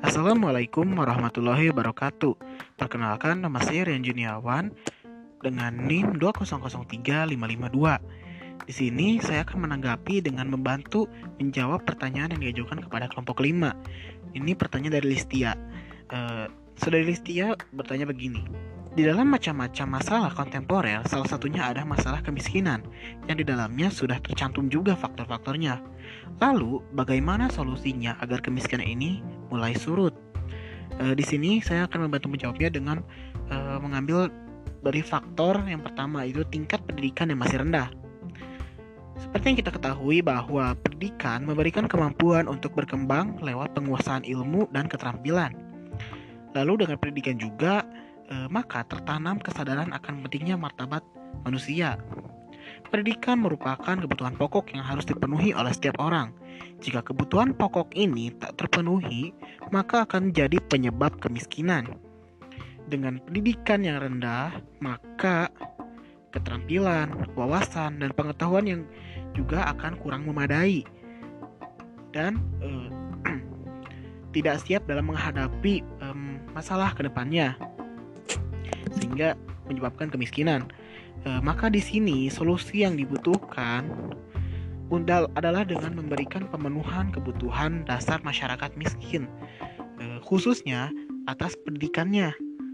Assalamualaikum warahmatullahi wabarakatuh. Perkenalkan, nama saya Rian Juniawan dengan NIM 2003552. Di sini saya akan menanggapi dengan membantu menjawab pertanyaan yang diajukan kepada kelompok 5. Ini pertanyaan dari Listia. Saudari Listia bertanya begini. Di dalam macam-macam masalah kontemporer, salah satunya ada masalah kemiskinan, yang di dalamnya sudah tercantum juga faktor-faktornya. Lalu, bagaimana solusinya agar kemiskinan ini mulai surut? Di sini saya akan membantu menjawabnya dengan mengambil dari faktor yang pertama, itu tingkat pendidikan yang masih rendah. Seperti yang kita ketahui bahwa pendidikan memberikan kemampuan untuk berkembang lewat penguasaan ilmu dan keterampilan. Lalu dengan pendidikan juga, maka tertanam kesadaran akan pentingnya martabat manusia. Pendidikan merupakan kebutuhan pokok yang harus dipenuhi oleh setiap orang. Jika kebutuhan pokok ini tak terpenuhi, maka akan menjadi penyebab kemiskinan. Dengan pendidikan yang rendah, maka keterampilan, wawasan, dan pengetahuan yang juga akan kurang memadai dan tidak siap dalam menghadapi masalah ke depannya, sehingga menyebabkan kemiskinan. Maka di sini solusi yang dibutuhkan adalah dengan memberikan pemenuhan kebutuhan dasar masyarakat miskin, khususnya atas pendidikannya.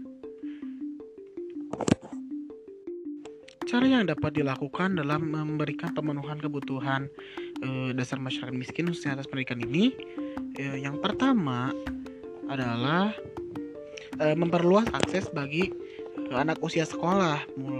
Cara yang dapat dilakukan dalam memberikan pemenuhan kebutuhan dasar masyarakat miskin khususnya atas pendidikan ini, yang pertama adalah memperluas akses bagi anak usia sekolah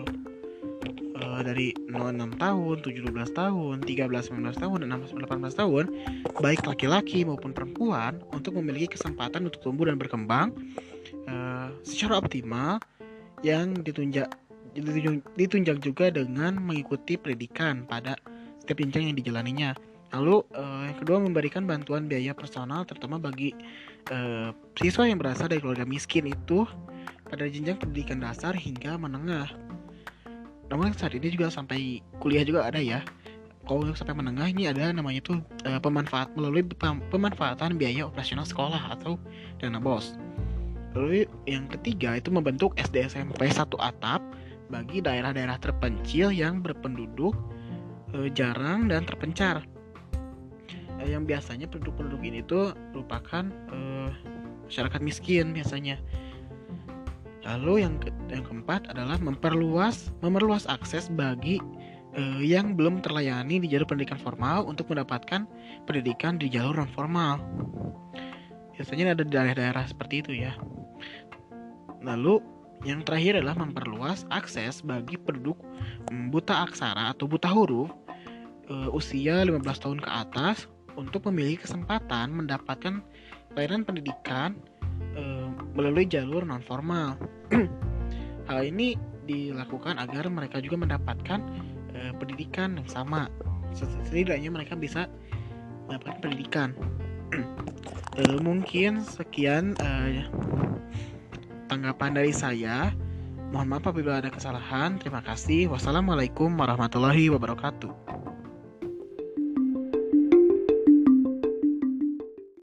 dari 6 tahun, 17 tahun, 13, 19 tahun, dan 18 tahun, baik laki-laki maupun perempuan, untuk memiliki kesempatan untuk tumbuh dan berkembang secara optimal, yang ditunjang juga dengan mengikuti pendidikan pada setiap jenjang yang dijalaninya. Lalu yang kedua, memberikan bantuan biaya personal terutama bagi siswa yang berasal dari keluarga miskin itu pada jenjang pendidikan dasar hingga menengah. Namun saat ini juga sampai kuliah juga ada ya. Kalau untuk sampai menengah ini ada namanya tuh melalui pemanfaatan biaya operasional sekolah atau dana BOS. Lalu yang ketiga itu membentuk SD SMP satu atap bagi daerah-daerah terpencil yang berpenduduk jarang dan terpencar. Yang biasanya penduduk-penduduk ini tuh merupakan masyarakat miskin biasanya. Lalu yang keempat adalah memerluas akses bagi yang belum terlayani di jalur pendidikan formal untuk mendapatkan pendidikan di jalur non formal. Biasanya ada di daerah-daerah seperti itu ya. Lalu yang terakhir adalah memperluas akses bagi penduduk buta aksara atau buta huruf usia 15 tahun ke atas untuk memiliki kesempatan mendapatkan layanan pendidikan melalui jalur non formal. Hal ini dilakukan agar mereka juga mendapatkan pendidikan yang sama. Setidaknya mereka bisa mendapatkan pendidikan. Mungkin sekian tanggapan dari saya. Mohon maaf apabila ada kesalahan. Terima kasih. Wassalamualaikum warahmatullahi wabarakatuh.